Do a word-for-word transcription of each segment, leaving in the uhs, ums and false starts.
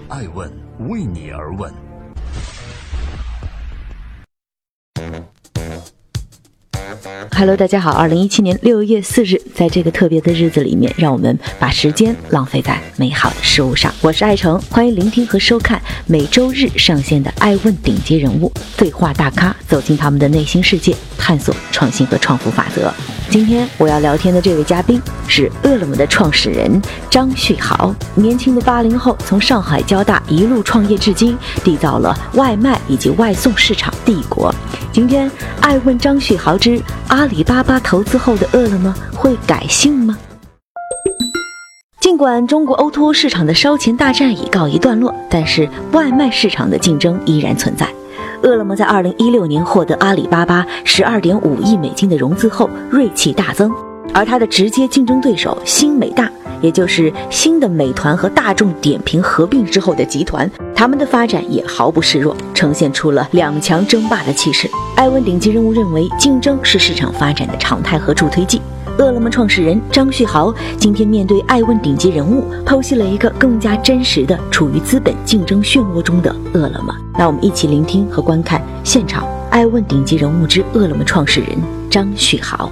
爱问为你而问。 Hello， 大家好，二零一七年六月四日，在这个特别的日子里面，让我们把时间浪费在美好的事物上。我是爱成，欢迎聆听和收看每周日上线的爱问顶级人物对话大咖，走进他们的内心世界，探索创新和创富法则。今天我要聊天的这位嘉宾是饿了么的创始人张旭豪，年轻的八零后，从上海交大一路创业至今，缔造了外卖以及外送市场帝国。今天爱问张旭豪之阿里巴巴投资后的饿了么会改姓吗？尽管中国 O to O 市场的烧钱大战已告一段落，但是外卖市场的竞争依然存在。饿了么在二零一六年获得阿里巴巴 十二点五亿美金的融资后锐气大增，而它的直接竞争对手新美大，也就是新的美团和大众点评合并之后的集团，他们的发展也毫不示弱，呈现出了两强争霸的气势。爱问顶级人物认为，竞争是市场发展的常态和助推剂。饿了么创始人张旭豪今天面对爱问顶级人物，剖析了一个更加真实的处于资本竞争漩涡中的饿了么。那我们一起聆听和观看现场爱问顶级人物之饿了么创始人张旭豪。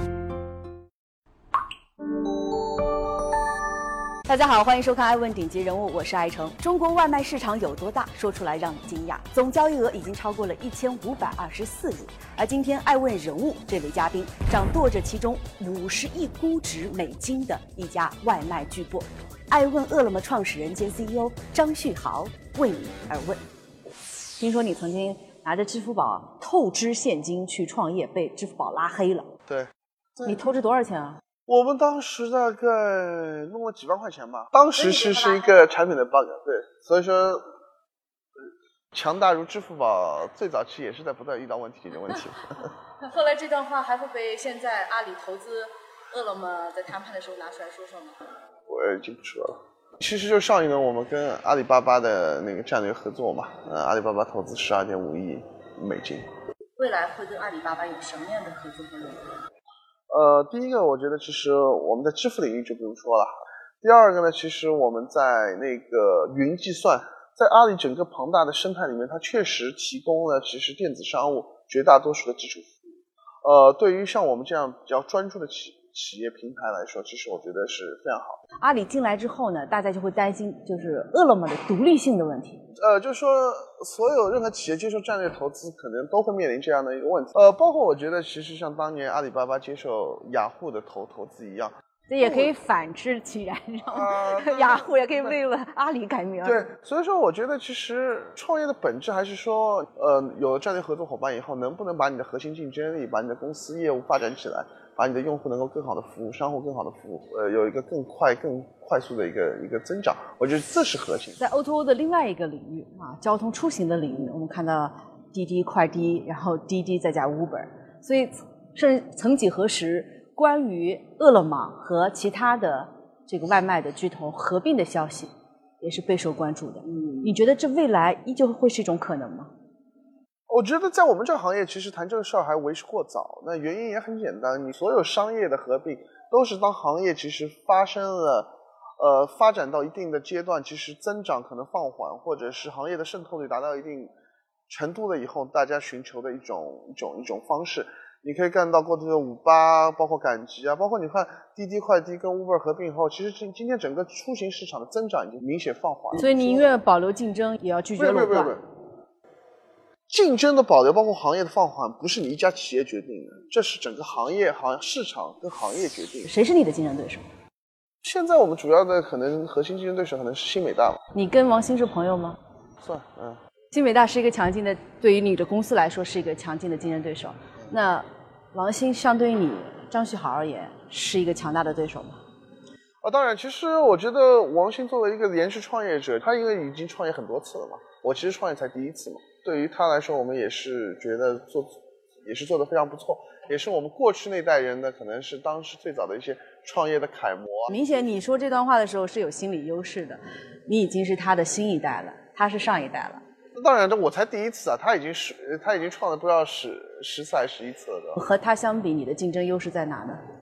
大家好，欢迎收看爱问顶级人物，我是爱成。中国外卖市场有多大？说出来让你惊讶，总交易额已经超过了一千五百二十四亿。而今天爱问人物这位嘉宾，掌舵着其中五十亿估值美金的一家外卖巨擘。爱问饿了么创始人兼 C E O 张旭豪为你而问。听说你曾经拿着支付宝透支现金去创业，被支付宝拉黑了。 对， 你透支多少钱啊？ 我们当时大概弄了几万块钱吧，当时是是一个产品的 bug， 对，所以说强大如支付宝最早期也是在不断遇到问题解决问题。 后来这段话还会被现在阿里投资饿了么在谈判的时候拿出来说说吗？ 我已经不说了。其实就上一轮我们跟阿里巴巴的那个战略合作嘛，呃，阿里巴巴投资 十二点五亿美金。 未来会跟阿里巴巴有什么样的合作和融合？ 呃，第一个我觉得其实我们在支付领域就不用说了。第二个呢，其实我们在那个云计算，在阿里整个庞大的生态里面，它确实提供了其实电子商务绝大多数的基础服务。呃，对于像我们这样比较专注的企企业平台来说，其实我觉得是非常好。 阿里进来之后呢，大家就会担心就是饿了么的独立性的问题。 呃，就是说所有任何企业接受战略投资，可能都会面临这样的一个问题。呃，包括我觉得其实像当年阿里巴巴接受雅虎的投投资一样。 这也可以反之其然， 啊、 呃，雅虎也可以为了阿里改名。 对，所以说我觉得其实创业的本质还是说，呃，有了战略合作伙伴以后，能不能把你的核心竞争力，把你的公司业务发展起来，把你的用户能够更好的服务，商户更好的服务，呃，有一个更快、更快速的一个一个增长，我觉得这是核心。 在 O to O 的另外一个领域啊，交通出行的领域，我们看到滴滴、快滴，然后滴滴再加 Uber， 所以甚曾几何时，关于饿了么和其他的这个外卖的巨头合并的消息，也是备受关注的。嗯，你觉得这未来依旧会是一种可能吗？ 我觉得在我们这个行业，其实谈这个事儿还为时过早。那原因也很简单，你所有商业的合并，都是当行业其实发生了，呃，发展到一定的阶段，其实增长可能放缓，或者是行业的渗透率达到一定程度了以后，大家寻求的一种一种一种方式。你可以看到过去的五八，包括赶集啊，包括你看滴滴快滴跟 Uber 合并后，其实今今天整个出行市场的增长已经明显放缓。 所以宁愿保留竞争，也要拒绝垄断。 不不不不，竞争的保留，包括行业的放缓，不是你一家企业决定的，这是整个行业、行市场跟行业决定的。 谁是你的竞争对手？ 现在我们主要的可能核心竞争对手可能是新美大吧。 你跟王兴是朋友吗？ 算，嗯。 新美大是一个强劲的，对于你的公司来说是一个强劲的竞争对手。那王兴相对于你张旭豪而言是一个强大的对手吗？ 啊，当然，其实我觉得王兴作为一个连续创业者，他因为已经创业很多次了嘛，我其实创业才第一次嘛。对于他来说，我们也是觉得做也是做得非常不错，也是我们过去那代人的可能是当时最早的一些创业的楷模。 明显你说这段话的时候是有心理优势的，你已经是他的新一代了，他是上一代了。 当然，我才第一次啊，他已经是他已经创了不知道十十次还是十一次了。 和他相比，你的竞争优势在哪呢？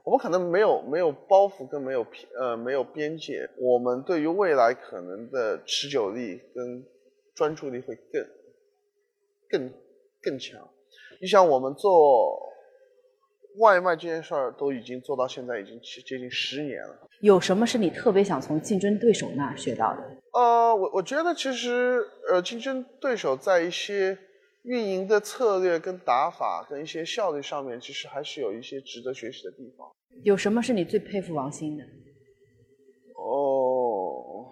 我们可能没有没有包袱跟没有呃没有边界，我们对于未来可能的持久力跟专注力会更更更强。你想我们做外卖这件事儿都已经做到现在已经接近十年了。 有什么是你特别想从竞争对手那儿学到的？ 呃，我我觉得其实呃竞争对手在一些运营的策略跟打法跟一些效率上面，其实还是有一些值得学习的地方。 有什么是你最佩服王兴的？ 哦，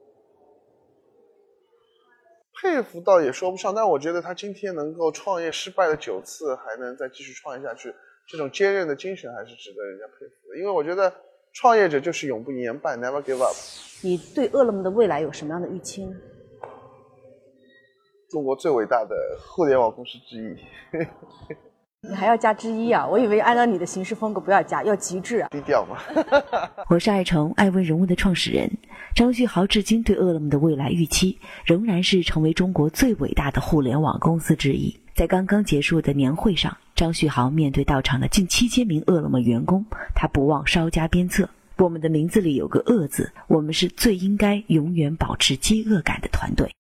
佩服倒也说不上，但我觉得他今天能够创业失败了九次，还能再继续创业下去，这种坚韧的精神还是值得人家佩服的。因为我觉得创业者就是永不言败 ，never give up。 你对饿了么的未来有什么样的预期呢？ 中国最伟大的互联网公司之一。 你还要加之一啊？我以为按照你的行事风格不要加，要极致啊。 低调嘛。 我是爱成爱问人物的创始人张旭豪，至今对饿了么的未来预期仍然是成为中国最伟大的互联网公司之一。在刚刚结束的年会上，张旭豪面对到场的近七千名饿了么员工，他不忘稍加鞭策。我们的名字里有个饿字，我们是最应该永远保持饥饿感的团队。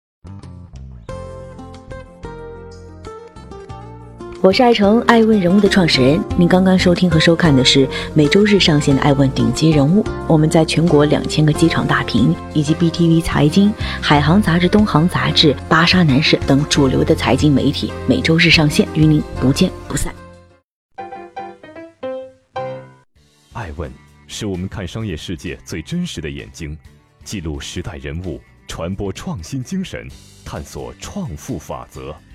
我是爱成爱问人物的创始人，您刚刚收听和收看的是每周日上线的爱问顶级人物。我们在全国两千个机场大屏以及 B T V 财经、海航杂志、东航杂志、芭莎男士等主流的财经媒体每周日上线，与您不见不散。 爱问是我们看商业世界最真实的眼睛，记录时代人物，传播创新精神，探索创富法则。